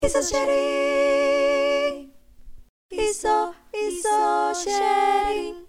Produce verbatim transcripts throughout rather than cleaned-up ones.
Iso sharing, iso iso sharing.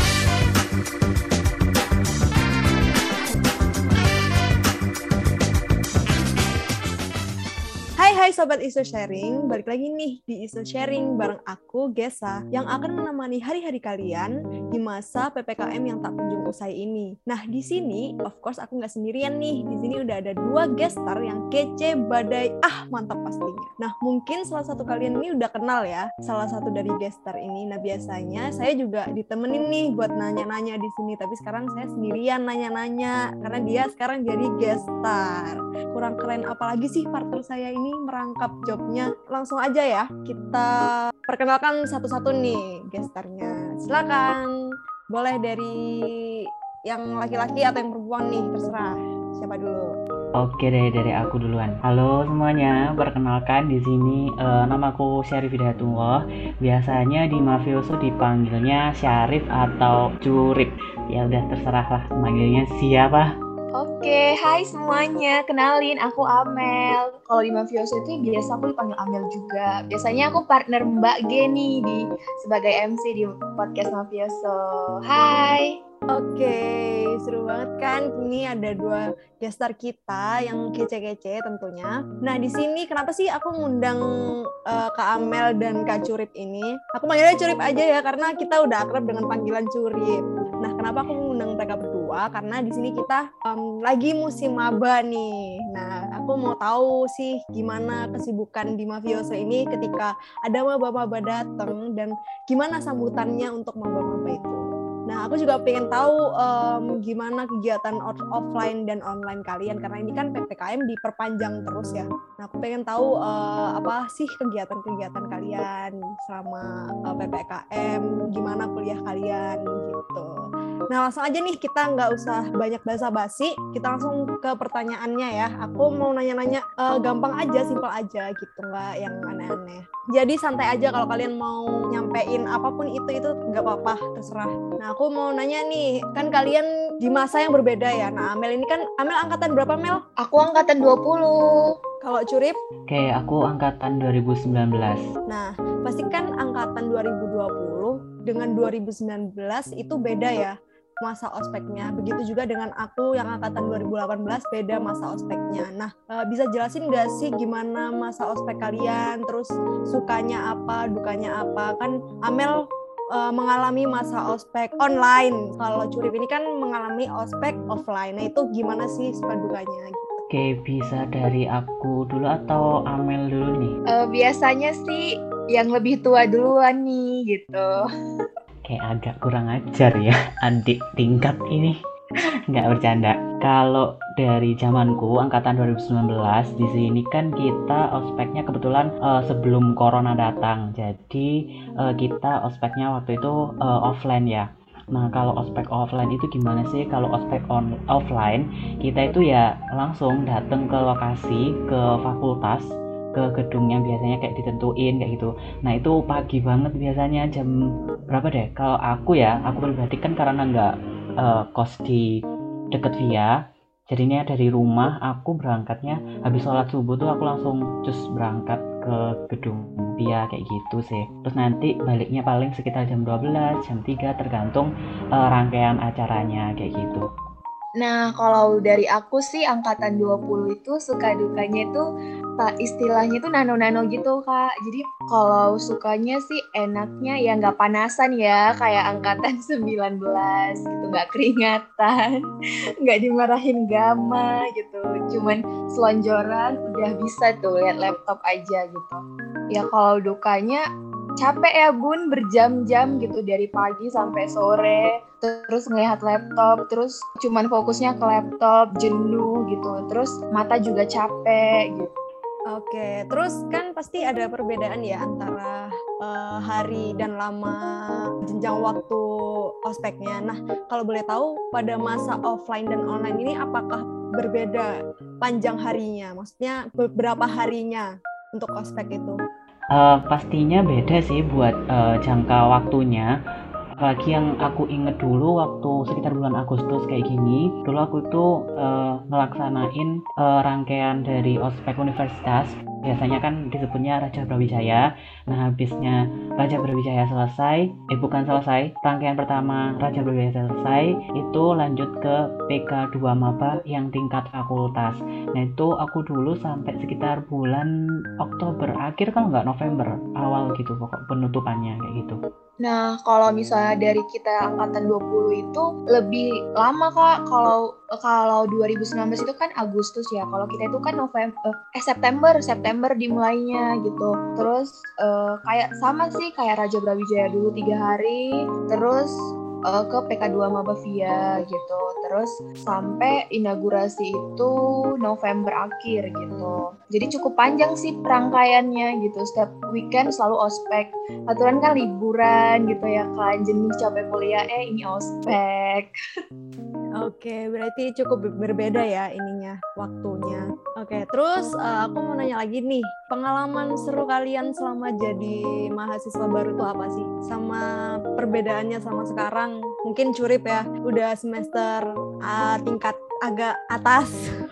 Hai hai Sobat Iso Sharing, balik lagi nih di Iso Sharing bareng aku, Gesa, yang akan menemani hari-hari kalian di masa P P K M yang tak kunjung usai ini. Nah, di sini, of course aku nggak sendirian nih. Di sini udah ada dua guest star yang kece, badai, ah mantap pastinya. Nah, mungkin salah satu kalian ini udah kenal ya, salah satu dari guest star ini. Nah, biasanya saya juga ditemenin nih buat nanya-nanya di sini, tapi sekarang saya sendirian nanya-nanya karena dia sekarang jadi guest star. Kurang keren apalagi sih partner saya ini merangkap jobnya. Langsung aja ya, kita perkenalkan satu-satu nih gestarnya. Silakan, boleh dari yang laki-laki atau yang perempuan nih, terserah. Siapa dulu? Oke deh, dari aku duluan. Halo semuanya, perkenalkan di sini uh, namaku Syarif Hidayatullah. Biasanya di Mafioso dipanggilnya Syarif atau Curip. Ya udah terserah lah manggilnya siapa. Oke, hai semuanya. Kenalin, aku Amel. Kalau di Mafioso itu biasa aku dipanggil Amel juga. Biasanya aku partner Mbak G nih di sebagai M C di podcast Mafioso. Hai. Oke, seru banget kan? Ini ada dua gestar kita yang kece-kece tentunya. Nah, di sini kenapa sih aku ngundang uh, Kak Amel dan Kak Curip ini? Aku manggilnya Curip aja ya, karena kita udah akrab dengan panggilan Curip. Nah, kenapa aku mengundang mereka berdua? Karena di sini kita um, lagi musim maba nih. Nah, aku mau tahu sih gimana kesibukan di Mafioso ini ketika ada maba-maba datang dan gimana sambutannya untuk maba-maba itu. Nah, aku juga pengen tahu um, gimana kegiatan offline dan online kalian, karena ini kan P P K M diperpanjang terus ya. Nah, aku pengen tahu uh, apa sih kegiatan-kegiatan kalian selama uh, P P K M, gimana kuliah kalian gitu. Nah, langsung aja nih, kita nggak usah banyak basa-basi, kita langsung ke pertanyaannya ya. Aku mau nanya-nanya uh, gampang aja, simpel aja gitu, nggak yang aneh-aneh. Jadi santai aja kalau kalian mau nyampein apapun itu, itu nggak apa-apa, terserah. Nah, aku mau nanya nih, kan kalian di masa yang berbeda ya. Nah, Amel ini kan, Amel angkatan berapa, Mel? Aku angkatan dua puluh. Kalau Curip? Oke, aku angkatan dua ribu sembilan belas. Nah, pasti kan angkatan dua ribu dua puluh dengan dua ribu sembilan belas itu beda ya masa ospeknya. Begitu juga dengan aku yang angkatan dua ribu delapan belas, beda masa ospeknya. Nah, bisa jelasin nggak sih gimana masa ospek kalian? Terus sukanya apa, dukanya apa? Kan Amel uh, mengalami masa ospek online. Kalau Curip ini kan mengalami ospek offline. Nah, itu gimana sih suka dukanya gitu? Oke, bisa dari aku dulu atau Amel dulu nih? Uh, biasanya sih yang lebih tua duluan nih gitu. Kayak agak kurang ajar ya adik tingkat ini. Nggak bercanda. Kalau dari zamanku angkatan dua ribu sembilan belas, di sini kan kita ospeknya kebetulan uh, sebelum corona datang. Jadi uh, kita ospeknya waktu itu uh, offline ya. Nah, kalau ospek offline itu gimana sih? Kalau ospek on offline, kita itu ya langsung datang ke lokasi, ke fakultas, ke gedungnya biasanya kayak ditentuin kayak gitu. Nah, itu pagi banget biasanya jam berapa deh? Kalau aku ya, aku pribadi kan karena nggak uh, kos di deket via, jadinya dari rumah aku berangkatnya habis sholat subuh tuh aku langsung cus berangkat ke gedung via kayak gitu sih. Terus nanti baliknya paling sekitar jam dua belas, jam tiga tergantung uh, rangkaian acaranya kayak gitu. Nah, kalau dari aku sih angkatan dua puluh itu suka dukanya itu Pak, istilahnya tuh nano-nano gitu, Kak. Jadi kalau sukanya sih enaknya ya nggak panasan ya, kayak angkatan sembilan belas gitu, nggak keringatan, nggak dimarahin gama gitu. Cuman selonjoran udah bisa tuh lihat laptop aja gitu. Ya kalau dukanya capek ya bun, berjam-jam gitu dari pagi sampai sore, terus ngelihat laptop, terus cuman fokusnya ke laptop, jenuh gitu, terus mata juga capek gitu. Oke, terus kan pasti ada perbedaan ya antara uh, hari dan lama jenjang waktu ospeknya. Nah, kalau boleh tahu pada masa offline dan online ini apakah berbeda panjang harinya? Maksudnya beberapa harinya untuk ospek itu? Uh, pastinya beda sih buat uh, jangka waktunya. Apalagi yang aku inget dulu waktu sekitar bulan Agustus kayak gini, dulu aku tuh uh, ngelaksanain uh, rangkaian dari ospek universitas biasanya kan disebutnya Raja Brawijaya. Nah, habisnya Raja Brawijaya selesai, eh bukan selesai, rangkaian pertama Raja Brawijaya selesai, itu lanjut ke P K dua Maba yang tingkat fakultas. Nah, itu aku dulu sampai sekitar bulan Oktober akhir kalau nggak November awal gitu pokok penutupannya kayak gitu. Nah, kalau misalnya dari kita angkatan dua puluh itu lebih lama, Kak. Kalau kalau dua ribu sembilan belas itu kan Agustus ya. Kalau kita itu kan November eh September, September dimulainya gitu. Terus eh, kayak sama sih kayak Raja Brawijaya dulu tiga hari, terus eh, ke P K dua Mabavia gitu. Terus sampai inaugurasi itu November akhir gitu. Jadi cukup panjang sih rangkaiannya gitu. Setiap weekend selalu ospek. Aturan kan liburan gitu ya kan, jenuh capek kuliah, eh ini ospek. Oke, berarti cukup berbeda ya ininya, waktunya. Oke, terus uh, aku mau nanya lagi nih, pengalaman seru kalian selama jadi mahasiswa baru itu apa sih? Sama perbedaannya sama sekarang, mungkin Curip ya, udah semester uh, tingkat agak atas.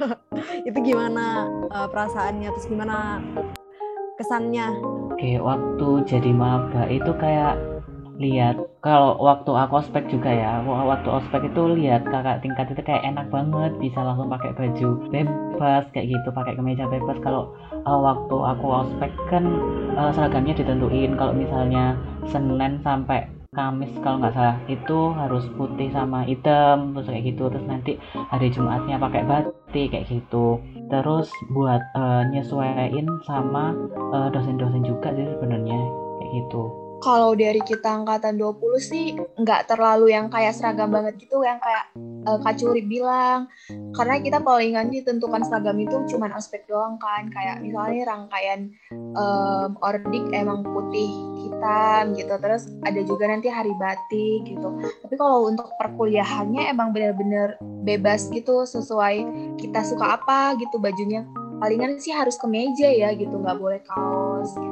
Itu gimana uh, perasaannya, terus gimana kesannya? Oke, waktu jadi maba itu kayak lihat kalau waktu aku ospek juga ya, waktu ospek itu lihat kakak tingkat itu kayak enak banget bisa langsung pakai baju bebas kayak gitu, pakai kemeja bebas. Kalau uh, waktu aku ospek kan uh, seragamnya ditentuin, kalau misalnya Senin sampai Kamis kalau nggak salah itu harus putih sama hitam terus kayak gitu, terus nanti hari Jumatnya pakai batik kayak gitu. Terus buat uh, nyesuaiin sama uh, dosen-dosen juga sih sebenarnya kayak gitu. Kalau dari kita angkatan dua puluh sih nggak terlalu yang kayak seragam banget gitu, yang kayak uh, Kak Curip bilang. Karena kita palingan ditentukan seragam itu cuman ospek doang kan. Kayak misalnya rangkaian um, ordik emang putih hitam gitu. Terus ada juga nanti hari batik gitu. Tapi kalau untuk perkuliahannya emang benar-benar bebas gitu, sesuai kita suka apa gitu bajunya. Palingan sih harus kemeja ya gitu, nggak boleh kaos gitu.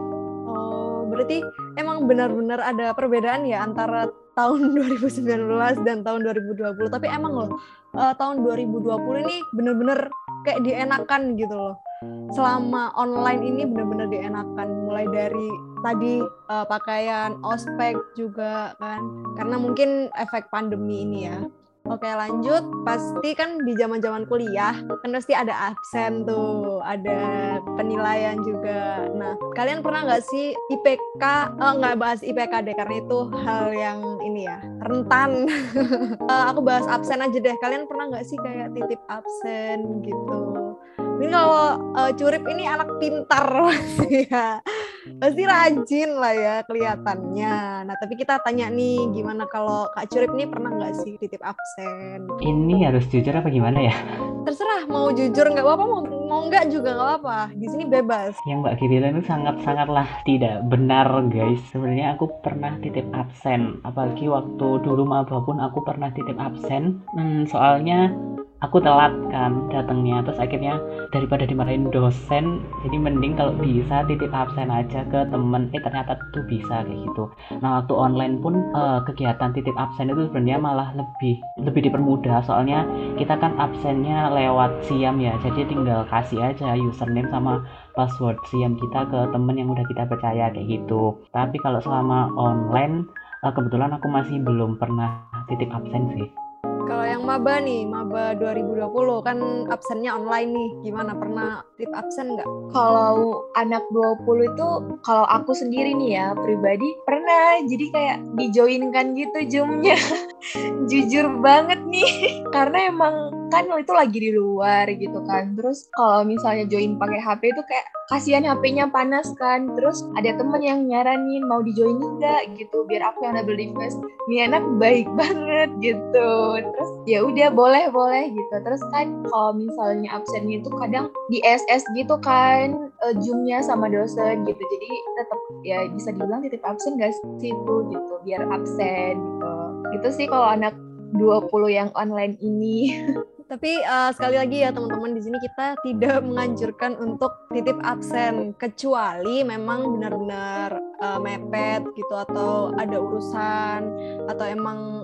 Oh, berarti emang benar-benar ada perbedaan ya antara tahun dua ribu sembilan belas dan tahun dua ribu dua puluh. Tapi emang loh, uh, tahun dua ribu dua puluh ini benar-benar kayak dienakan gitu loh. Selama online ini benar-benar dienakan. Mulai dari tadi uh, pakaian, ospek juga kan. Karena mungkin efek pandemi ini ya. Oke, lanjut. Pasti kan di zaman-zaman kuliah kan pasti ada absen tuh, ada penilaian juga. Nah, kalian pernah nggak sih I P K? Oh, nggak bahas I P K deh karena itu hal yang ini ya rentan. uh, aku bahas absen aja deh. Kalian pernah nggak sih kayak titip absen gitu? Ini kalau uh, Curip ini anak pintar pasti ya. Pasti rajin lah ya kelihatannya. Nah, tapi kita tanya nih, gimana kalau Kak Curip nih pernah nggak sih titip absen? Ini harus jujur apa gimana ya? Terserah, mau jujur nggak apa-apa, mau, mau nggak juga nggak apa-apa. Di sini bebas. Yang Mbak Kirila itu sangat-sangatlah tidak benar guys. Sebenarnya aku pernah titip absen, apalagi waktu dulu maba pun aku pernah titip absen. Hmm, soalnya aku telat kan datangnya, terus akhirnya daripada dimarahin dosen, jadi mending kalau bisa titip absen aja ke temen. Eh ternyata tuh bisa kayak gitu. Nah waktu online pun uh, kegiatan titip absen itu sebenarnya malah lebih lebih dipermudah, soalnya kita kan absennya lewat Siam ya, jadi tinggal kasih aja username sama password Siam kita ke temen yang udah kita percaya kayak gitu. Tapi kalau selama online uh, kebetulan aku masih belum pernah titip absen sih. Kalau yang maba nih, maba dua ribu dua puluh kan absennya online nih. Gimana, pernah titip absen nggak? Kalau anak dua puluh itu, kalau aku sendiri nih ya, pribadi pernah. Jadi kayak dijoinkan gitu Zoom-nya. Jujur banget nih. Karena emang kan itu lagi di luar gitu kan. Terus kalau misalnya join pakai H P itu kayak kasihan H P-nya panas kan. Terus ada temen yang nyaranin mau dijoinin nggak gitu, biar aku yang double device. Ini anak baik banget gitu. Terus ya udah boleh boleh gitu. Terus kan kalau misalnya absennya itu kadang di S S gitu kan, uh, Zoom-nya sama dosen gitu. Jadi tetap ya bisa dibilang titip absen gak sih itu gitu, biar absen gitu. Itu sih kalau anak dua puluh yang online ini. Tapi uh, sekali lagi ya teman-teman, di sini kita tidak menganjurkan untuk titip absen kecuali memang benar-benar uh, mepet gitu, atau ada urusan, atau emang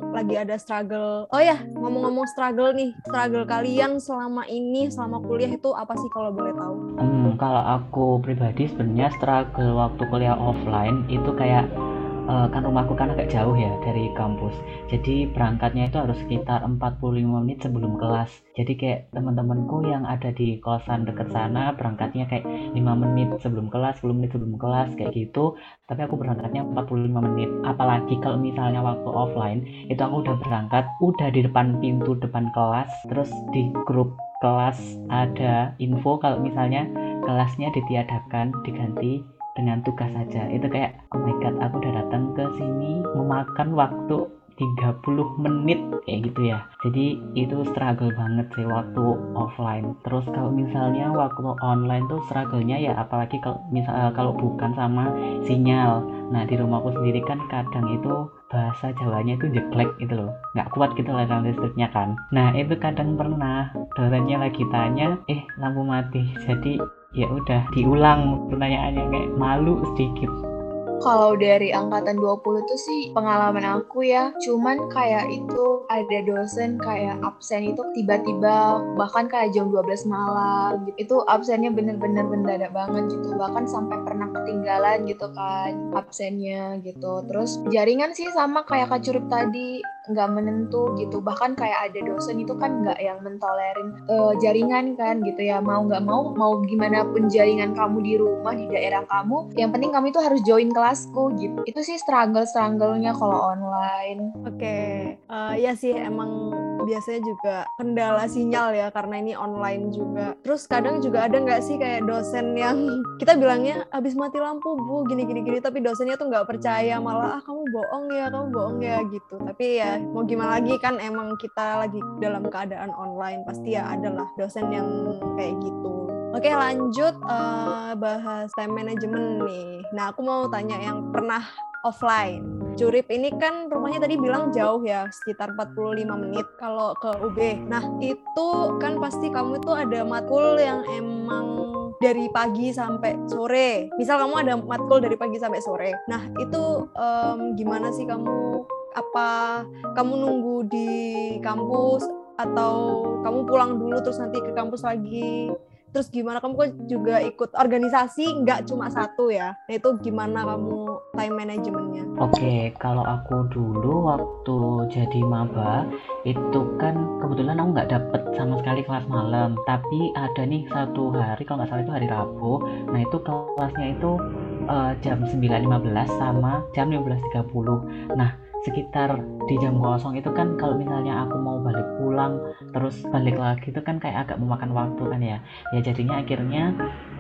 lagi ada struggle. Oh ya, ngomong-ngomong struggle nih, struggle kalian selama ini, selama kuliah itu apa sih kalau boleh tahu? Hmm, kalau aku pribadi sebenarnya struggle waktu kuliah offline itu kayak uh, kan rumahku kan agak jauh ya dari kampus. Jadi berangkatnya itu harus sekitar empat puluh lima menit sebelum kelas. Jadi kayak teman-temanku yang ada di kosan dekat sana berangkatnya kayak lima menit sebelum kelas, sepuluh menit sebelum kelas kayak gitu. Tapi aku berangkatnya empat puluh lima menit. Apalagi kalau misalnya waktu offline itu aku udah berangkat, udah di depan pintu depan kelas, terus di grup kelas ada info kalau misalnya kelasnya ditiadakan, diganti dengan tugas saja. Itu kayak oh my god, aku udah datang ke sini memakan waktu tiga puluh menit kayak gitu ya. Jadi itu struggle banget sih waktu offline. Terus kalau misalnya waktu online tuh struggle-nya ya apalagi kalau misal kalau bukan sama sinyal. Nah di rumahku sendiri kan kadang itu bahasa Jawanya itu jeklek gitu loh, nggak kuat gitu lah aliran listriknya kan. Nah itu kadang pernah dosennya lagi tanya, eh lampu mati. Jadi ya udah diulang pertanyaannya, kayak malu sedikit. Kalau dari angkatan dua puluh tuh sih pengalaman aku ya, cuman kayak itu ada dosen kayak absen itu tiba-tiba bahkan kayak jam dua belas malam gitu. Itu absennya bener-bener mendadak banget gitu, bahkan sampai pernah ketinggalan gitu kan absennya gitu. Terus jaringan sih sama kayak Kak Curip tadi, nggak menentu gitu, bahkan kayak ada dosen itu kan nggak yang mentolerin uh, jaringan kan gitu ya, mau nggak mau mau gimana pun jaringan kamu di rumah di daerah kamu, yang penting kamu itu harus join kelasku gitu. Itu sih struggle strugglenya kalau online. Oke, okay. uh, ya sih emang biasanya juga kendala sinyal ya karena ini online juga. Terus kadang juga ada nggak sih kayak dosen yang kita bilangnya abis mati lampu bu gini gini gini, tapi dosennya tuh nggak percaya, malah ah kamu bohong ya kamu bohong ya gitu. Tapi ya mau gimana lagi kan emang kita lagi dalam keadaan online, pasti ya adalah dosen yang kayak gitu. Oke lanjut uh, bahas time management nih. Nah aku mau tanya yang pernah offline. Curip ini kan rumahnya tadi bilang jauh ya, sekitar empat puluh lima menit kalau ke U B. Nah, itu kan pasti kamu itu ada matkul yang emang dari pagi sampai sore. Misal kamu ada matkul dari pagi sampai sore. Nah, itu um, gimana sih kamu? Apa kamu nunggu di kampus atau kamu pulang dulu terus nanti ke kampus lagi? Terus gimana kamu kan juga ikut organisasi, nggak cuma satu ya? Nah itu gimana kamu time manajemennya? Oke, kalau aku dulu waktu jadi maba itu kan kebetulan aku nggak dapet sama sekali kelas malam, tapi ada nih satu hari kalau nggak salah itu hari Rabu. Nah itu kelasnya itu uh, jam sembilan lima belas sama jam lima belas tiga puluh. Nah sekitar di jam kosong itu kan kalau misalnya aku mau balik pulang terus balik lagi itu kan kayak agak memakan waktu kan ya. Ya jadinya akhirnya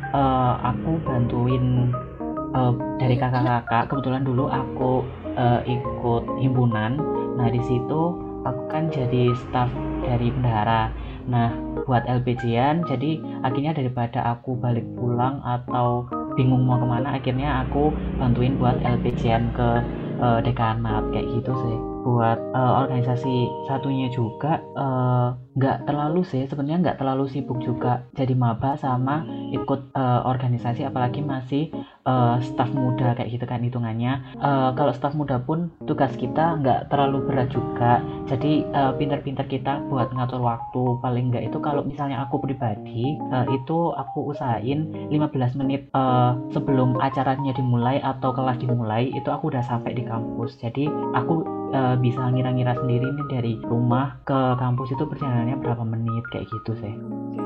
uh, aku bantuin uh, dari kakak-kakak. Kebetulan dulu aku uh, ikut himpunan. Nah di situ aku kan jadi staff dari bendahara. Nah buat L P J-an, jadi akhirnya daripada aku balik pulang atau bingung mau kemana, akhirnya aku bantuin buat L P J-an ke uh, dekanat kayak gitu sih. Buat uh, organisasi satunya juga nggak uh, terlalu sih sebenarnya, nggak terlalu sibuk juga jadi maba sama ikut uh, organisasi, apalagi masih uh, staf muda kayak gitu kan hitungannya. Uh, kalau staf muda pun tugas kita nggak terlalu berat juga, jadi uh, pintar-pintar kita buat ngatur waktu. Paling nggak itu kalau misalnya aku pribadi uh, itu aku usahain lima belas menit uh, sebelum acaranya dimulai atau kelas dimulai itu aku udah sampai di kampus. Jadi aku uh, bisa ngira-ngira sendiri nih dari rumah ke kampus itu perjalanannya berapa menit kayak gitu sih. Oke.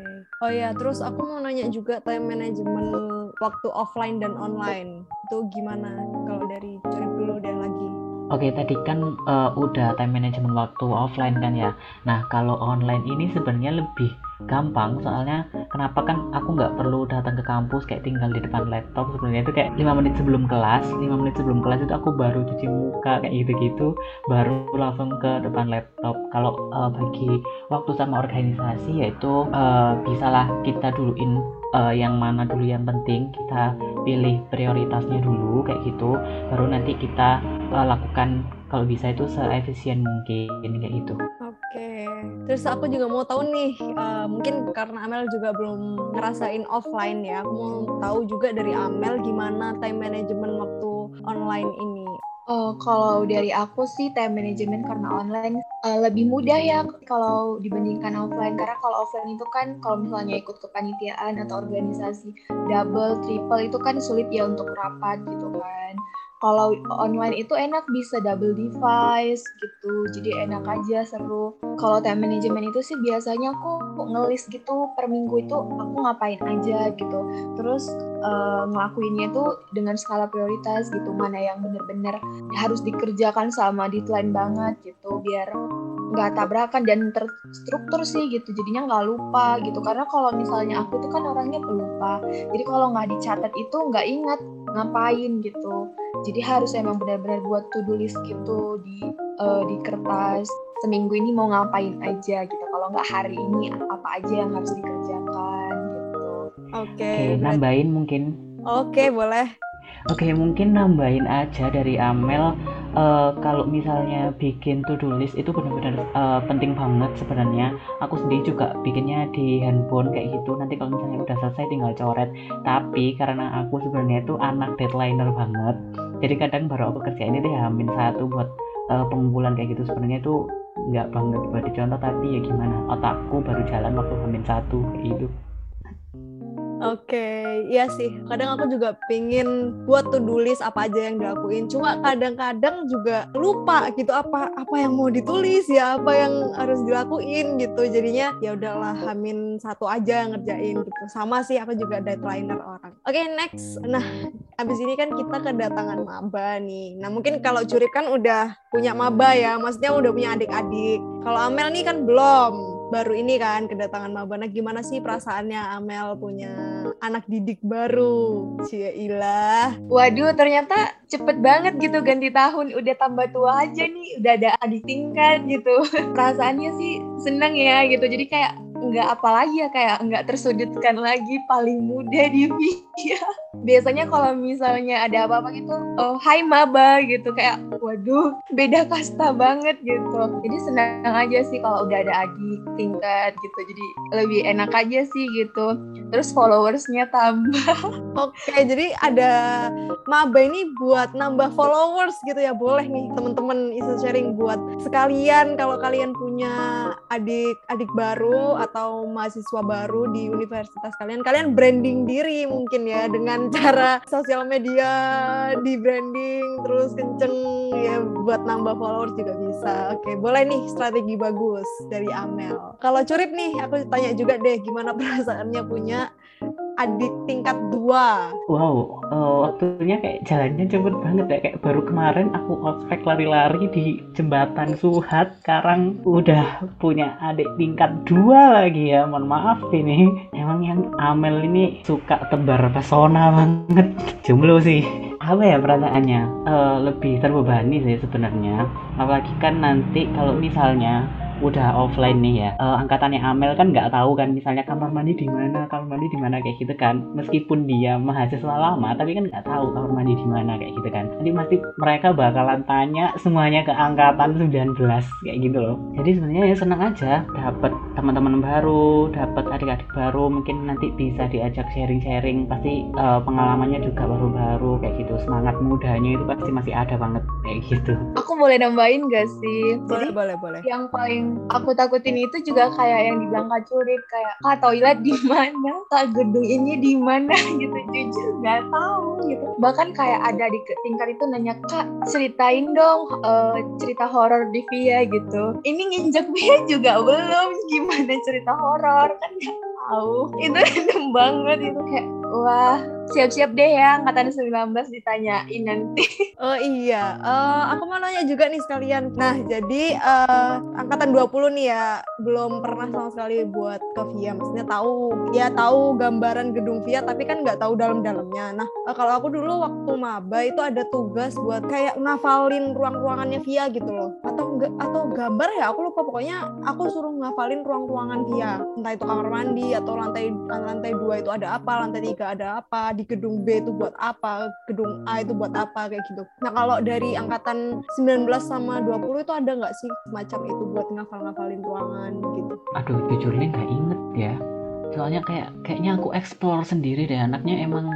Oh ya, terus aku mau nanya juga time management waktu offline dan online itu gimana? Kalau dari Curip dulu deh lagi. Oke, tadi kan uh, udah time management waktu offline kan ya. Nah, kalau online ini sebenarnya lebih gampang, soalnya kenapa kan aku nggak perlu datang ke kampus, kayak tinggal di depan laptop. Sebenarnya itu kayak lima menit sebelum kelas, lima menit sebelum kelas itu aku baru cuci muka kayak gitu-gitu, baru langsung ke depan laptop. Kalau uh, bagi waktu sama organisasi yaitu uh, bisalah kita duluin uh, yang mana dulu yang penting, kita pilih prioritasnya dulu kayak gitu, baru nanti kita uh, lakukan kalau bisa itu seefisien mungkin kayak gitu. Oke, terus aku juga mau tahu nih, uh, mungkin karena Amel juga belum ngerasain offline ya, aku mau tahu juga dari Amel gimana time management waktu online ini. Oh, kalau dari aku sih time management karena online uh, lebih mudah ya kalau dibandingkan offline. Karena kalau offline itu kan kalau misalnya ikut kepanitiaan atau organisasi double, triple itu kan sulit ya untuk rapat gitu kan. Kalau online itu enak bisa double device gitu, jadi enak aja, seru. Kalau time management itu sih biasanya aku ngelis gitu per minggu itu aku ngapain aja gitu. Terus uh, ngelakuinnya tuh dengan skala prioritas gitu, mana yang bener-bener harus dikerjakan sama deadline banget gitu biar nggak tabrakan dan terstruktur sih gitu, jadinya nggak lupa gitu. Karena kalau misalnya aku tuh kan orangnya pelupa, jadi kalau nggak dicatat itu nggak ingat ngapain gitu. Jadi harus emang benar-benar buat to do list gitu di uh, di kertas, seminggu ini mau ngapain aja gitu, kalau nggak hari ini apa aja yang harus dikerjakan gitu. Oke, Oke, berarti- nambahin mungkin. Oke, boleh. Oke, mungkin nambahin aja dari Amel, uh, kalau misalnya bikin to-do list itu benar-benar uh, penting banget sebenarnya. Aku sendiri juga bikinnya di handphone kayak gitu. Nanti kalau misalnya udah selesai tinggal coret. Tapi karena aku sebenarnya itu anak deadlineer banget, jadi kadang baru aku kerjain itu ya hamin satu buat uh, pengumpulan kayak gitu. Sebenarnya itu nggak banget buat dicontoh, tapi ya gimana, otakku baru jalan waktu hamin satu kayak gitu. Oke, iya sih. Kadang aku juga pingin buat to-do list apa aja yang dilakuin. Cuma kadang-kadang juga lupa gitu apa apa yang mau ditulis ya, apa yang harus dilakuin gitu. Jadinya ya udahlah hamin satu aja yang ngerjain gitu. Sama sih aku juga deadlineer orang. Oke, next. Nah, abis ini kan kita kedatangan maba nih. Nah, mungkin kalau Curip kan udah punya maba ya, maksudnya udah punya adik-adik. Kalau Amel nih kan belum. Baru ini kan kedatangan maba. Nah, gimana sih perasaannya Amel punya anak didik baru? Cielah. Waduh, ternyata cepet banget gitu ganti tahun. Udah tambah tua aja nih, udah ada adik tingkat gitu. Perasaannya sih seneng ya gitu. Jadi kayak nggak apa lagi ya, kayak nggak tersudutkan lagi, paling muda di Via. Biasanya kalau misalnya ada apa-apa gitu, oh hai maba gitu, kayak waduh beda kasta banget gitu. Jadi senang aja sih kalau udah ada adik tingkat gitu, jadi lebih enak aja sih gitu. Terus followersnya tambah. Oke, jadi ada maba ini buat nambah followers gitu ya. Boleh nih teman-teman bisa sharing buat sekalian kalau kalian punya adik-adik baru atau mahasiswa baru di universitas kalian, kalian branding diri mungkin ya dengan cara sosial media di branding terus kenceng ya buat nambah followers juga bisa. Oke, boleh nih, strategi bagus dari Amel. Kalau Curip nih, aku tanya juga deh gimana perasaannya punya adik tingkat dua. Wow, uh, waktunya kayak jalannya cepet banget ya. Kayak baru kemarin aku ospek lari-lari di jembatan Suhat, sekarang udah punya adik tingkat dua lagi ya. Mohon maaf ini. Emang yang Amel ini suka tebar pesona banget. Jomblo sih. Apa ya perasaannya? Uh, lebih terbebani sih sebenarnya. Apalagi kan nanti kalau misalnya udah offline nih ya, uh, angkatannya Amel kan nggak tahu kan misalnya kamar mandi di mana, kamar mandi di mana kayak gitu kan. Meskipun dia mahasiswa lama, tapi kan nggak tahu kamar mandi di mana kayak gitu kan. Nanti pasti mereka bakalan tanya semuanya ke angkatan sembilan belas kayak gitu loh. Jadi sebenarnya ya senang aja dapat teman-teman baru, dapat adik-adik baru, mungkin nanti bisa diajak sharing-sharing. Pasti uh, pengalamannya juga baru-baru kayak gitu. Semangat mudanya itu pasti masih ada banget kayak gitu. Aku boleh nambahin gak sih? Boleh, Jadi boleh, boleh. yang paling aku takutin itu juga kayak yang dibilang Kak Curit, kayak Kak toilet di mana, Kak gedung ini di mana gitu. Jujur nggak tahu gitu. Bahkan kayak ada di tingkat itu nanya, Kak ceritain dong uh, cerita horor di Via gitu. Ini nginjek Via juga belum, gimana cerita horor kan nggak tahu. Itu random banget itu, kayak wah siap-siap deh ya angkatan sembilan belas ditanyain nanti. Oh iya, uh, aku mau nanya juga nih sekalian. Nah, jadi uh, angkatan dua puluh nih ya, belum pernah sama sekali buat ke Via. Maksudnya tahu, ya tahu gambaran gedung Via, tapi kan nggak tahu dalam-dalamnya. Nah, uh, kalau aku dulu waktu maba itu ada tugas buat kayak ngafalin ruang-ruangannya Via gitu loh. Atau enggak, atau gambar ya, aku lupa. Pokoknya aku suruh ngafalin ruang-ruangan Via. Entah itu kamar mandi, atau lantai lantai dua itu ada apa, lantai tiga ada apa, di gedung B itu buat apa, gedung A itu buat apa, kayak gitu. Nah, kalau dari angkatan sembilan belas sama dua puluh itu ada nggak sih semacam itu buat ngafal-ngafalin ruangan gitu? Aduh, jujurnya nggak inget ya. Soalnya kayak kayaknya aku explore sendiri deh. Anaknya emang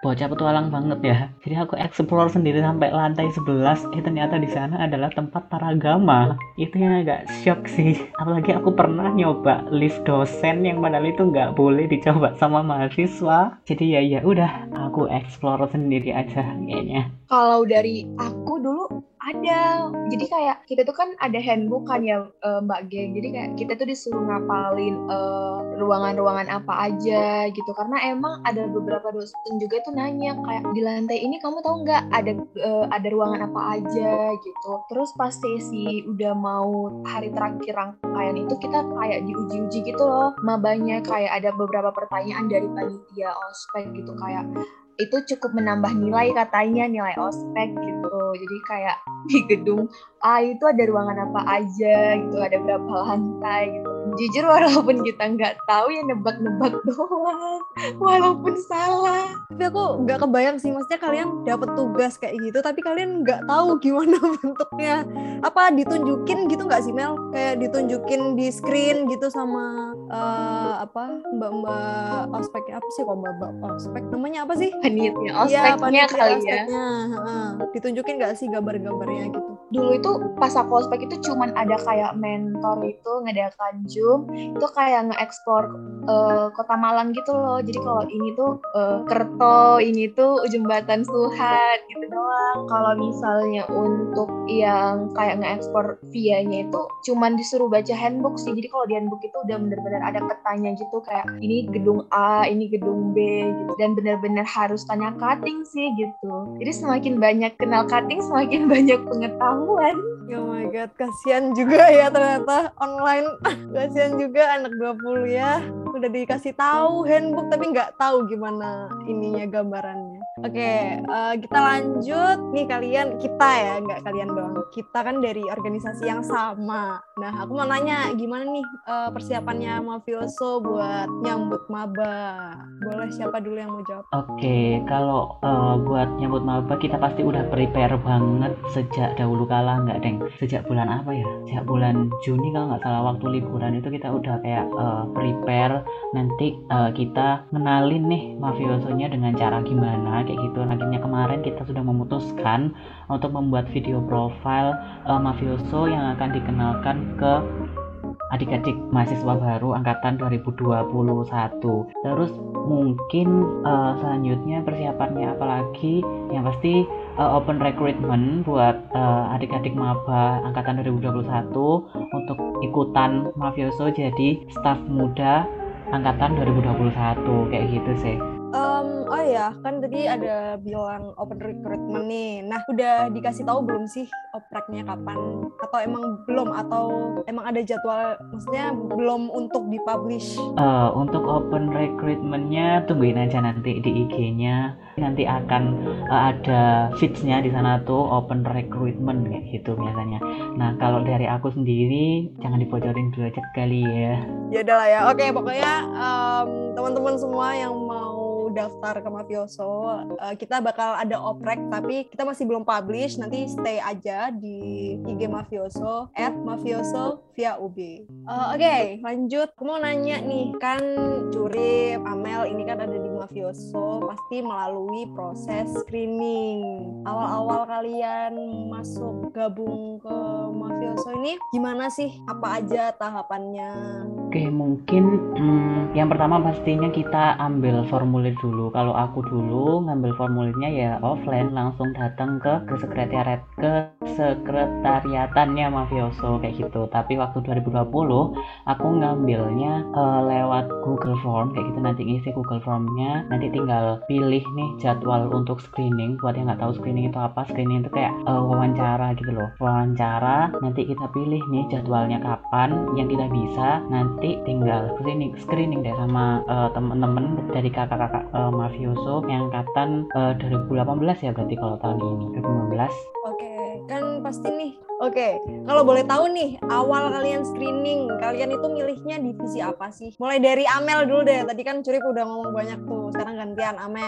bocah petualang banget ya. Jadi aku explore sendiri sampai lantai sebelas. Eh ternyata di sana adalah tempat paragama. Itu yang agak shock sih. Apalagi aku pernah nyoba lift dosen yang padahal itu nggak boleh dicoba sama mahasiswa. Jadi ya ya udah, aku explore sendiri aja kayaknya. Kalau dari aku dulu ada, jadi kayak kita tuh kan ada handbook kan ya uh, Mbak Geng, jadi kayak kita tuh disuruh ngapalin uh, ruangan-ruangan apa aja gitu, karena emang ada beberapa dosen juga tuh nanya kayak di lantai ini kamu tahu nggak ada uh, ada ruangan apa aja gitu. Terus pas sesi udah mau hari terakhir rangkaian itu kita kayak diuji-uji gitu loh, mabanya kayak ada beberapa pertanyaan dari panitia ospek gitu, kayak itu cukup menambah nilai katanya, nilai ospek gitu. Jadi kayak di gedung A itu ada ruangan apa aja gitu, ada berapa lantai gitu. Jujur walaupun kita nggak tahu ya nebak-nebak doang, walaupun salah. Tapi aku nggak kebayang sih, maksudnya kalian dapat tugas kayak gitu, tapi kalian nggak tahu gimana bentuknya. Apa ditunjukin gitu nggak sih Mel? Kayak ditunjukin di screen gitu sama uh, apa mbak-mbak ospek, apa sih kok mbak-mbak ospek? Namanya apa sih? Panitia Iya, ospeknya panitia kali ya. ospeknya. Heeh. Ditunjukin nggak sih gambar-gambarnya gitu? Dulu itu pas aku ospek itu cuman ada kayak mentor itu ngadakan Zoom, itu kayak nge-explore uh, kota Malang gitu loh. Jadi kalau ini tuh uh, Kerto, ini tuh Jembatan Suhat gitu doang. Kalau misalnya untuk yang kayak nge-explore via-nya itu cuman disuruh baca handbook sih. Jadi kalau di handbook itu udah benar-benar ada petanya gitu, kayak ini gedung A, ini gedung B gitu. Dan benar-benar harus tanya cutting sih gitu. Jadi semakin banyak kenal cutting, semakin banyak pengetahuan. Oh my god, kasihan juga ya ternyata online. Kasihan juga anak dua puluh ya. Udah dikasih tahu handbook tapi nggak tahu gimana ininya gambarannya. Oke, okay, uh, kita lanjut. Nih kalian, kita ya, nggak kalian doang. Kita kan dari organisasi yang sama. Nah, aku mau nanya gimana nih uh, persiapannya Mafioso buat nyambut maba. Boleh siapa dulu yang mau jawab? Oke, okay, kalau uh, buat nyambut maba kita pasti udah prepare banget sejak dahulu kala, nggak deng? Sejak bulan apa ya? Sejak bulan Juni kalau nggak salah, waktu liburan itu kita udah kayak uh, prepare. Nanti uh, kita ngenalin nih mafiosonya dengan cara gimana kayak gitu. Akhirnya kemarin kita sudah memutuskan untuk membuat video profile uh, mafioso yang akan dikenalkan ke adik-adik mahasiswa baru angkatan dua ribu dua puluh satu. Terus mungkin uh, selanjutnya persiapannya apalagi, yang pasti uh, open recruitment buat uh, adik-adik maba angkatan dua ribu dua puluh satu untuk ikutan mafioso jadi staf muda angkatan dua ribu dua puluh satu kayak gitu sih. Um, oh ya, kan tadi ada bilang open recruitment nih. Nah, udah dikasih tahu belum sih opreknya kapan? Atau emang belum? Atau emang ada jadwal? Maksudnya belum untuk dipublish? Uh, untuk open recruitmentnya tungguin aja nanti di I G-nya. Nanti akan uh, ada feeds-nya di sana tuh open recruitment kayak gitu biasanya. Nah, kalau dari aku sendiri jangan dibocorin dulu aja kali ya. Ya udah lah ya. Oke, pokoknya um, teman-teman semua yang mau daftar ke Mafioso, uh, kita bakal ada oprek tapi kita masih belum publish. Nanti stay aja di I G Mafioso at Mafioso via U B. Uh, Oke, okay, lanjut. Aku mau nanya nih, kan Curip, Amel ini kan ada di Mafioso, pasti melalui proses screening. Awal-awal kalian masuk gabung ke Mafioso ini gimana sih? Apa aja tahapannya? Oke, mungkin hmm, yang pertama pastinya kita ambil formulir dulu. Kalau aku dulu ngambil formulirnya ya offline, langsung datang ke ke sekretariat ke sekretariatannya Mafioso kayak gitu. Tapi waktu dua ribu dua puluh aku ngambilnya uh, lewat Google Form kayak gitu. Nanti ngisi Google Formnya, nanti tinggal pilih nih jadwal untuk screening. Buat yang nggak tahu screening itu apa, screening itu kayak uh, wawancara gitu loh. Wawancara, nanti kita pilih nih jadwalnya kapan yang kita bisa. Nanti tinggal screening screening deh sama uh, temen-temen dari kakak-kakak uh, Mafioso yang angkatan uh, dua ribu delapan belas ya berarti kalau tahun ini dua ribu lima belas. Oke, kan pasti nih. Oke, kalau boleh tahu nih, awal kalian screening, kalian itu milihnya divisi apa sih? Mulai dari Amel dulu deh. Tadi kan Curip udah ngomong banyak tuh. Sekarang gantian Amel.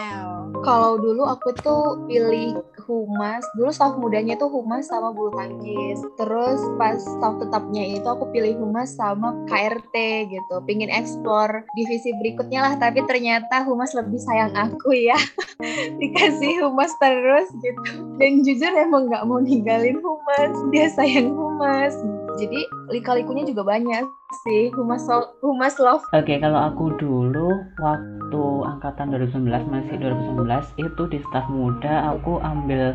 Kalau dulu aku tuh pilih humas, dulu staff mudanya tuh humas sama bulu tangkis. Terus pas staff tetapnya itu aku pilih humas sama K R T gitu. Pingin eksplor divisi berikutnya lah, tapi ternyata humas lebih sayang aku ya. Dikasih humas terus gitu. Dan jujur emang nggak mau ninggalin humas, dia sayang humas. Jadi lika-likunya juga banyak sih, humas humas love. Oke, kalau aku dulu waktu angkatan dua ribu sembilan belas, masih dua ribu sembilan belas itu di staf muda aku ambil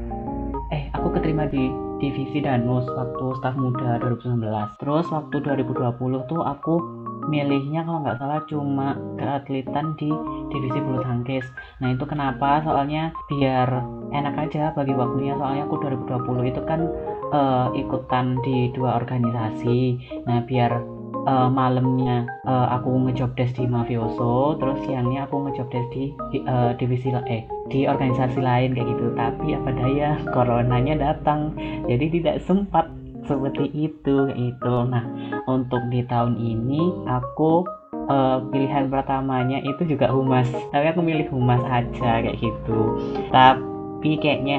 eh aku keterima di divisi Danus waktu staf muda dua ribu sembilan belas. Terus waktu dua ribu dua puluh tuh aku milihnya kalau nggak salah cuma keatletan di divisi bulu tangkis. Nah itu kenapa? Soalnya biar enak aja bagi waktunya. Soalnya aku dua ribu dua puluh itu kan uh, ikutan di dua organisasi. Nah biar uh, malamnya uh, aku ngejobdesk di Mafioso, terus siangnya aku ngejobdesk di uh, divisi eh di organisasi lain kayak gitu. Tapi apa daya, coronanya datang, jadi tidak sempat seperti itu kayak gitu. Nah untuk di tahun ini aku uh, pilihan pertamanya itu juga humas, tapi aku milih humas aja kayak gitu. Tapi kayaknya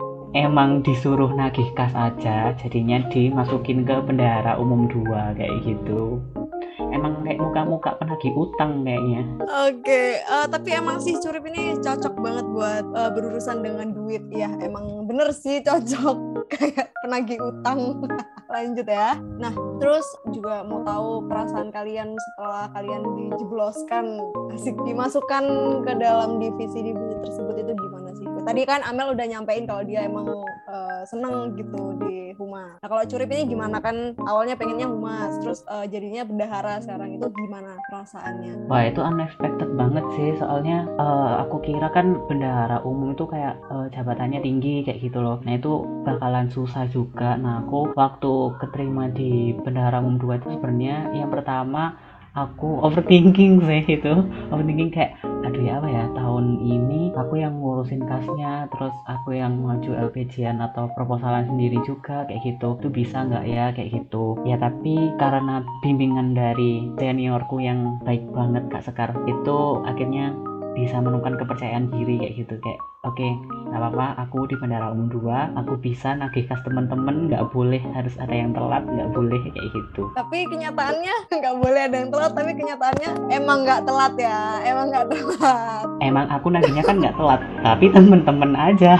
emang disuruh nagih kas aja, jadinya dimasukin ke bendahara umum dua kayak gitu. Emang kayak muka-muka penagih utang kayaknya. Oke, okay. uh, tapi emang sih Curip ini cocok banget buat uh, berurusan dengan duit ya. Emang bener sih cocok kayak penagih utang. Lanjut ya. Nah, terus juga mau tahu perasaan kalian setelah kalian dijebloskan, asik dimasukkan ke dalam divisi-divisi tersebut itu gimana sih? Tadi kan Amel udah nyampein kalau dia emang uh, seneng gitu di humas. Nah, kalau Curip ini gimana, kan awalnya pengennya humas, terus uh, jadinya bendahara sekarang, itu gimana perasaannya? Wah itu unexpected banget sih, soalnya uh, aku kira kan bendahara umum itu kayak uh, jabatannya tinggi kayak gitu loh. Nah itu bakalan susah juga. Nah aku waktu keterima di bendahara umum dua itu sebenarnya yang pertama aku overthinking sih itu overthinking kayak aduh ya apa ya, tahun ini aku yang ngurusin kasnya, terus aku yang maju L P J-an atau proposalan sendiri juga kayak gitu, itu bisa nggak ya kayak gitu ya. Tapi karena bimbingan dari seniorku yang baik banget Kak Sekar, itu akhirnya bisa menemukan kepercayaan diri kayak gitu, kayak oke okay, nggak apa-apa, aku di bendahara umum dua aku bisa nagih kas teman-teman, nggak boleh harus ada yang telat, nggak boleh kayak gitu. Tapi kenyataannya nggak boleh ada yang telat, tapi kenyataannya emang nggak telat ya, emang nggak telat. Emang aku nagihnya kan nggak telat, tapi temen-temen aja.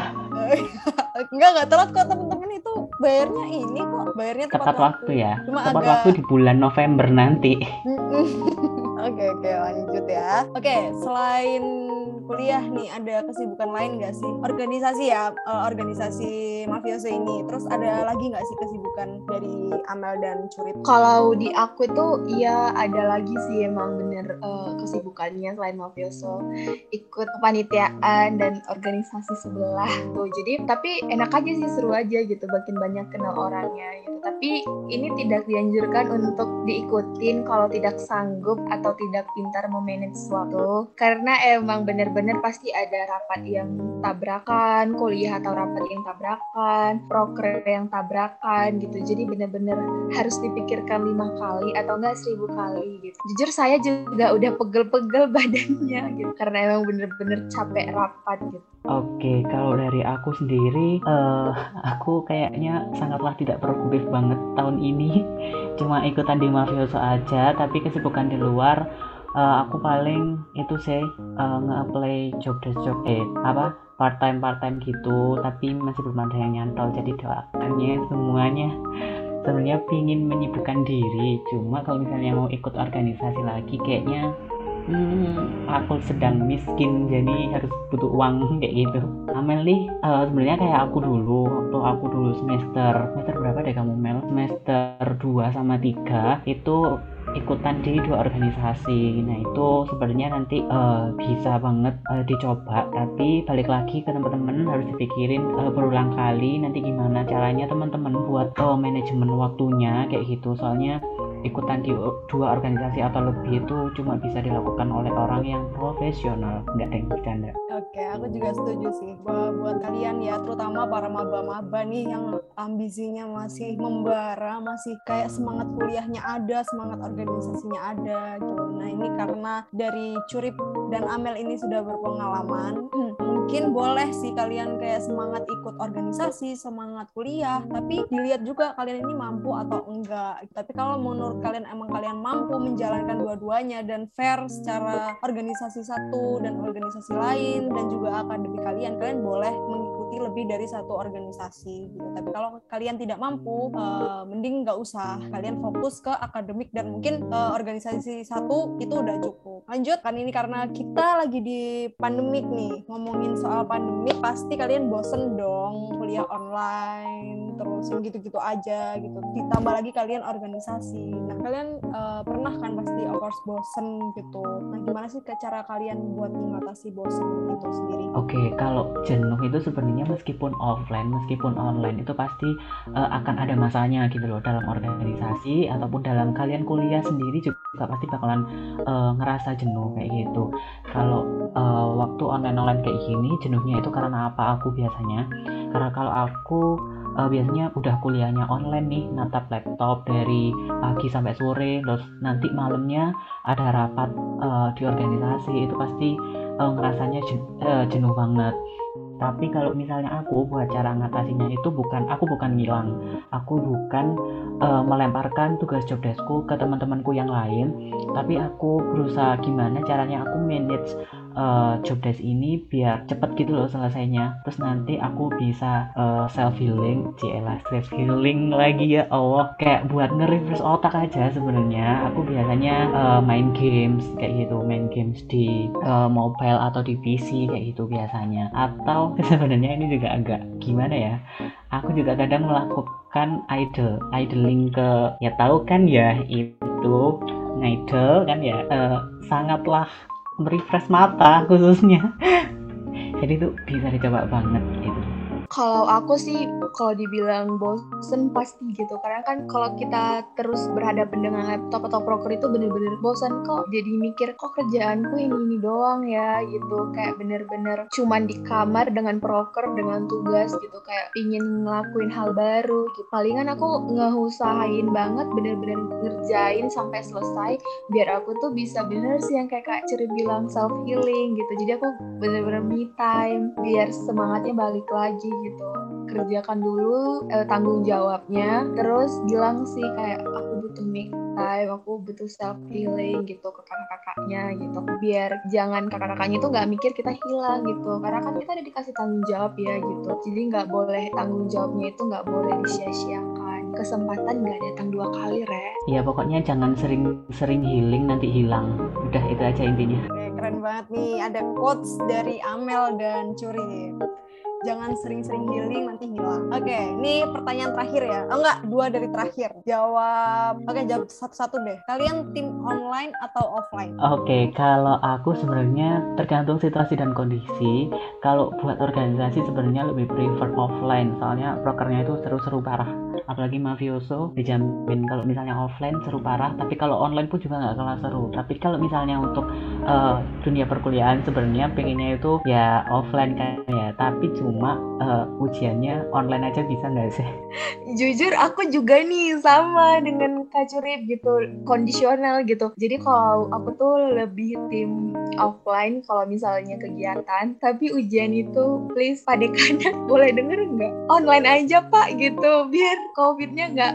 Enggak, nggak telat kok, temen-temen itu bayarnya ini kok, bayarnya tepat, tepat waktu, waktu ya. Cuma tepat agak... waktu di bulan November nanti. Oke oke lanjut ya. Oke, selain kuliah nih ada kesibukan lain nggak sih? Organisasi ya, uh, organisasi Mafioso ini. Terus ada lagi nggak sih kesibukan dari Amel dan Curip? Kalau di aku itu ya ada lagi sih emang bener uh, kesibukannya selain Mafioso, ikut kepanitiaan dan organisasi sebelah tuh. Jadi tapi enak aja sih, seru aja gitu, makin banyak kenal orangnya gitu. Tapi ini tidak dianjurkan untuk diikutin kalau tidak sanggup atau tidak pintar memanage sesuatu, karena emang bener-bener pasti ada rapat yang tabrakan, kuliah atau rapat yang tabrakan, proker yang tabrakan gitu. Jadi bener-bener harus dipikirkan lima kali atau enggak seribu kali gitu. Jujur saya juga udah pegel-pegel badannya gitu, karena emang bener-bener capek rapat gitu. Oke, kalau dari aku sendiri, uh, aku kayaknya sangatlah tidak produktif banget tahun ini. Cuma ikutan di Mafioso aja, tapi kesibukan di luar, uh, aku paling itu sih uh, nge-apply job desk job eh apa part time part time gitu, tapi masih belum ada yang nyantol. Jadi doakannya semuanya. Sebenarnya pingin menyibukkan diri, cuma kalau misalnya mau ikut organisasi lagi kayaknya Hmm, aku sedang miskin, jadi harus butuh uang kayak gitu. Amel nih, uh, sebenarnya kayak aku dulu, waktu aku dulu semester semester berapa deh kamu Mel? Semester dua sama tiga itu ikutan di dua organisasi. Nah itu sebenarnya nanti uh, bisa banget uh, dicoba, tapi balik lagi ke teman-teman harus dipikirin uh, berulang kali nanti gimana caranya teman-teman buat uh, manajemen waktunya kayak gitu. Soalnya ikutan di dua organisasi atau lebih itu cuma bisa dilakukan oleh orang yang profesional. Enggak deng, bercanda. Oke, aku juga setuju sih. Buat, buat kalian ya, terutama para maba-maba nih yang ambisinya masih membara, masih kayak semangat kuliahnya ada, semangat organisasinya ada gitu. Nah ini karena dari Curip dan Amel ini sudah berpengalaman, mungkin boleh sih kalian kayak semangat ikut organisasi, semangat kuliah, tapi dilihat juga kalian ini mampu atau enggak. Tapi kalau menurut kalian emang kalian mampu menjalankan dua-duanya dan fair secara organisasi satu dan organisasi lain dan juga akademik kalian, kalian boleh mengikuti lebih dari satu organisasi gitu. Tapi kalau kalian tidak mampu, uh, mending nggak usah, kalian fokus ke akademik dan mungkin uh, organisasi satu itu udah cukup. Lanjut, kan ini karena kita lagi di pandemik nih, ngomongin soal pandemik pasti kalian bosen dong kuliah online terus yang gitu-gitu aja gitu, ditambah lagi kalian organisasi. Nah kalian uh, pernah kan pasti of course bosen gitu. Nah gimana sih cara kalian buat mengatasi bosen itu sendiri? Oke, okay, kalau jenuh itu sebenarnya meskipun offline, meskipun online itu pasti uh, akan ada masanya gitu loh, dalam organisasi ataupun dalam kalian kuliah sendiri juga pasti bakalan uh, ngerasa jenuh kayak gitu. Kalau uh, waktu online-online kayak gini jenuhnya itu karena apa? Aku biasanya karena kalau aku uh, biasanya udah kuliahnya online nih, natap laptop dari pagi sampai sore, terus nanti malamnya ada rapat uh, di organisasi, itu pasti uh, ngerasanya jen- uh, jenuh banget. Tapi kalau misalnya aku buat cara ngatasinya itu bukan aku bukan ngilang, aku bukan uh, melemparkan tugas job deskku ke teman-temanku yang lain, tapi aku berusaha gimana caranya aku manage uh, job desk ini biar cepet gitu loh selesainya. Terus nanti aku bisa uh, self healing, cielah stress healing lagi ya Allah, kayak buat nge-refresh otak aja sebenarnya. Aku biasanya uh, main games kayak gitu, main games di uh, mobile atau di P C kayak gitu biasanya. Atau sebenarnya ini juga agak gimana ya, aku juga kadang melakukan idle idling ke, ya tahu kan ya itu ngidle kan ya, uh, sangatlah merefresh mata khususnya. Jadi itu bisa dicoba banget gitu. Kalau aku sih, kalau dibilang bosen pasti gitu. Karena kan kalau kita terus berhadapan dengan laptop atau proker itu bener-bener bosan kok. Jadi mikir, kok kerjaanku ini-ini doang ya gitu. Kayak bener-bener cuman di kamar dengan proker, dengan tugas gitu. Kayak ingin ngelakuin hal baru gitu. Palingan aku ngehusahain banget bener-bener ngerjain sampai selesai. Biar aku tuh bisa bener sih yang kayak Kak Ceri bilang self-healing gitu. Jadi aku bener-bener me time. Biar semangatnya balik lagi gitu. Kerjakan dulu eh, tanggung jawabnya, terus bilang sih kayak aku butuh me time, aku butuh self healing gitu ke kakak-kakaknya gitu, biar jangan kakak-kakaknya itu nggak mikir kita hilang gitu, karena kan kita udah dikasih tanggung jawab ya gitu. Jadi nggak boleh, tanggung jawabnya itu nggak boleh disia-siakan. Kesempatan nggak datang dua kali, Re. Ya pokoknya jangan sering-sering healing nanti hilang. Udah itu aja intinya. Oke, keren banget nih, ada quotes dari Amel dan Curi. Jangan sering-sering healing nanti hilang. Oke, ini pertanyaan terakhir ya. Oh enggak, dua dari terakhir. Jawab. Oke, jawab satu-satu deh. Kalian tim online atau offline? Oke, kalau aku sebenarnya tergantung situasi dan kondisi. Kalau buat organisasi sebenarnya lebih prefer offline. Soalnya prokernya itu seru-seru parah. Apalagi mafioso, dijamin kalau misalnya offline seru parah. Tapi kalau online pun juga nggak kalah seru. Tapi kalau misalnya untuk uh, dunia perkuliahan sebenarnya pengennya itu ya offline kan ya. Tapi cuma uh, ujiannya online aja bisa nggak sih? Jujur aku juga nih sama dengan Kak Curip gitu, kondisional gitu. Jadi kalau aku tuh lebih tim offline kalau misalnya kegiatan, tapi ujian itu please Pak Dekanan boleh denger nggak? Online aja Pak gitu, biar covidnya nggak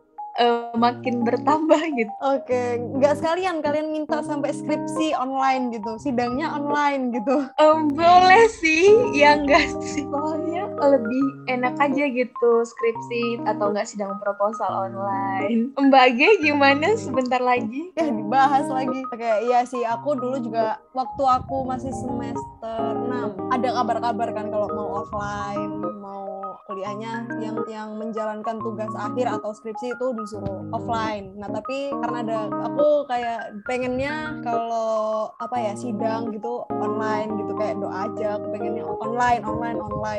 Uh, makin bertambah gitu. Oke, nggak sekalian kalian minta sampai skripsi online gitu, sidangnya online gitu? Um, boleh sih, ya enggak sih, soalnya lebih enak aja gitu skripsi atau enggak sidang proposal online. Mbak G gimana sebentar lagi? Ya dibahas lagi. Oke, iya sih, aku dulu juga waktu aku masih semester enam ada kabar-kabar kan kalau mau offline, mau kuliahnya yang yang menjalankan tugas akhir atau skripsi itu disuruh offline. Nah tapi karena ada aku kayak pengennya kalau apa ya sidang gitu online gitu, kayak doa aja aku pengennya online online online gitu.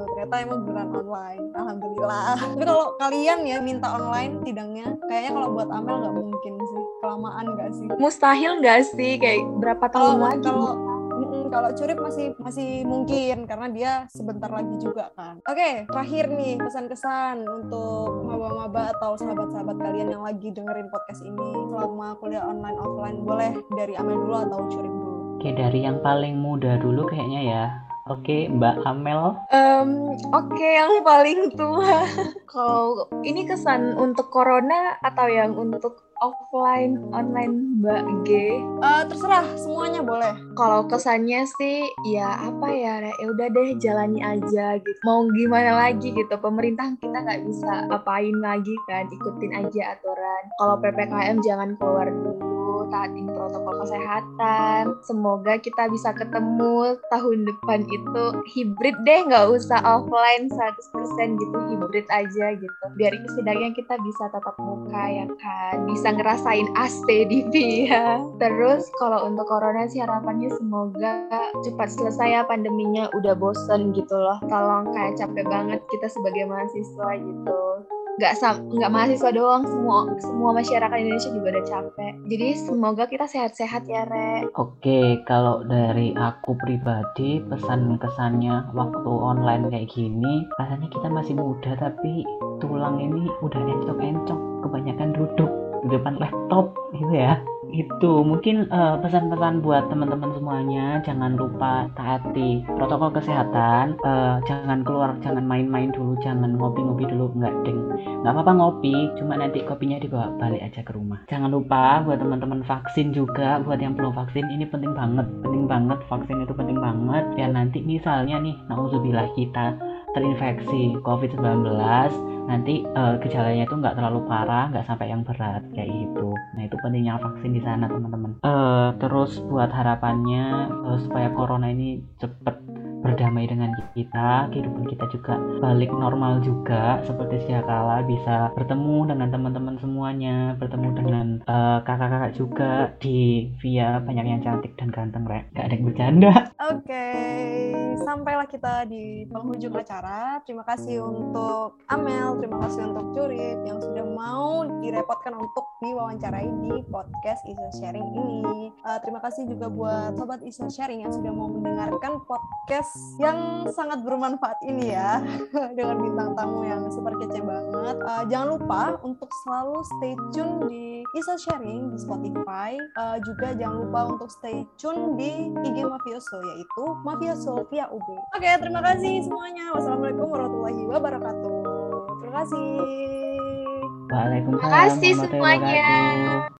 ternyata emang beneran online. Alhamdulillah. Tapi kalau kalian ya minta online sidangnya, kayaknya kalau buat Amel nggak mungkin sih, kelamaan nggak sih? Mustahil nggak sih, kayak berapa tahun Kalau lagi? kalau mm-mm, kalau Curip masih masih mungkin karena dia sebentar lagi juga kan. Oke, terakhir nih pesan-kesan untuk maba-maba atau sahabat-sahabat kalian yang lagi dengerin podcast ini selama kuliah online offline. Boleh dari Amel dulu atau Curip dulu? Oke, dari yang paling muda dulu kayaknya ya. Oke, Mbak Amel. Um, Oke, yang paling tua. Kalau ini kesan untuk corona atau yang untuk offline, online, Mbak G? Uh, terserah, semuanya boleh. Kalau kesannya sih, ya apa ya, Re? Ya udah deh, jalani aja gitu. Mau gimana lagi gitu, pemerintah kita nggak bisa apain lagi kan, ikutin aja aturan. Kalau P P K M jangan keluar dulu, taatin protokol kesehatan. Semoga kita bisa ketemu tahun depan itu hibrid deh, nggak usah offline seratus persen gitu, hibrid aja gitu. Biar setidaknya kita bisa tatap muka ya kan, bisa ngerasain A C di via. Terus kalau untuk corona sih harapannya semoga cepat selesai ya pandeminya, udah bosen gitu loh. Tolong, kayak capek banget kita sebagai mahasiswa gitu. Nggak sam- nggak mahasiswa doang, semua semua masyarakat Indonesia juga udah capek. Jadi semoga kita sehat-sehat ya, Re. Oke, kalau dari aku pribadi pesan kesannya waktu online kayak gini, rasanya kita masih muda tapi tulang ini udah encok-encok, kebanyakan duduk di depan laptop gitu ya. Itu mungkin uh, pesan-pesan buat teman-teman semuanya, jangan lupa taati protokol kesehatan, uh, jangan keluar, jangan main-main dulu, jangan ngopi-ngopi dulu, nggak ding, nggak apa-apa ngopi, cuma nanti kopinya dibawa balik aja ke rumah. Jangan lupa buat teman-teman vaksin juga, buat yang belum vaksin ini penting banget, penting banget, vaksin itu penting banget. Ya nanti misalnya nih, nauzubillah kita terinfeksi covid sembilan belas, nanti uh, gejalanya itu nggak terlalu parah, nggak sampai yang berat kayak gitu. Nah itu pentingnya vaksin di sana teman-teman. Uh, terus buat harapannya uh, supaya corona ini cepet berdamai dengan kita, kehidupan kita juga balik normal juga seperti sedia kala, bisa bertemu dengan teman-teman semuanya, bertemu dengan uh, kakak-kakak juga di via banyak yang cantik dan ganteng, Rek. Gak ada yang bercanda. Oke, okay. Sampailah kita di penghujung acara. Terima kasih untuk Amel, terima kasih untuk Curip yang sudah mau direpotkan untuk diwawancarai di podcast Isa Sharing ini. Uh, terima kasih juga buat Sobat Isa Sharing yang sudah mau mendengarkan podcast yang sangat bermanfaat ini ya, dengan bintang tamu yang super kece banget. Uh, jangan lupa untuk selalu stay tune di Isa Sharing di Spotify. Uh, juga jangan lupa untuk stay tune di I G Mafioso, yaitu Mafioso via U B. Oke, terima kasih semuanya. Wassalamualaikum warahmatullahi wabarakatuh. Terima kasih. Waalaikumsalam Terima kasih warahmatullahi semuanya. wabarakatuh.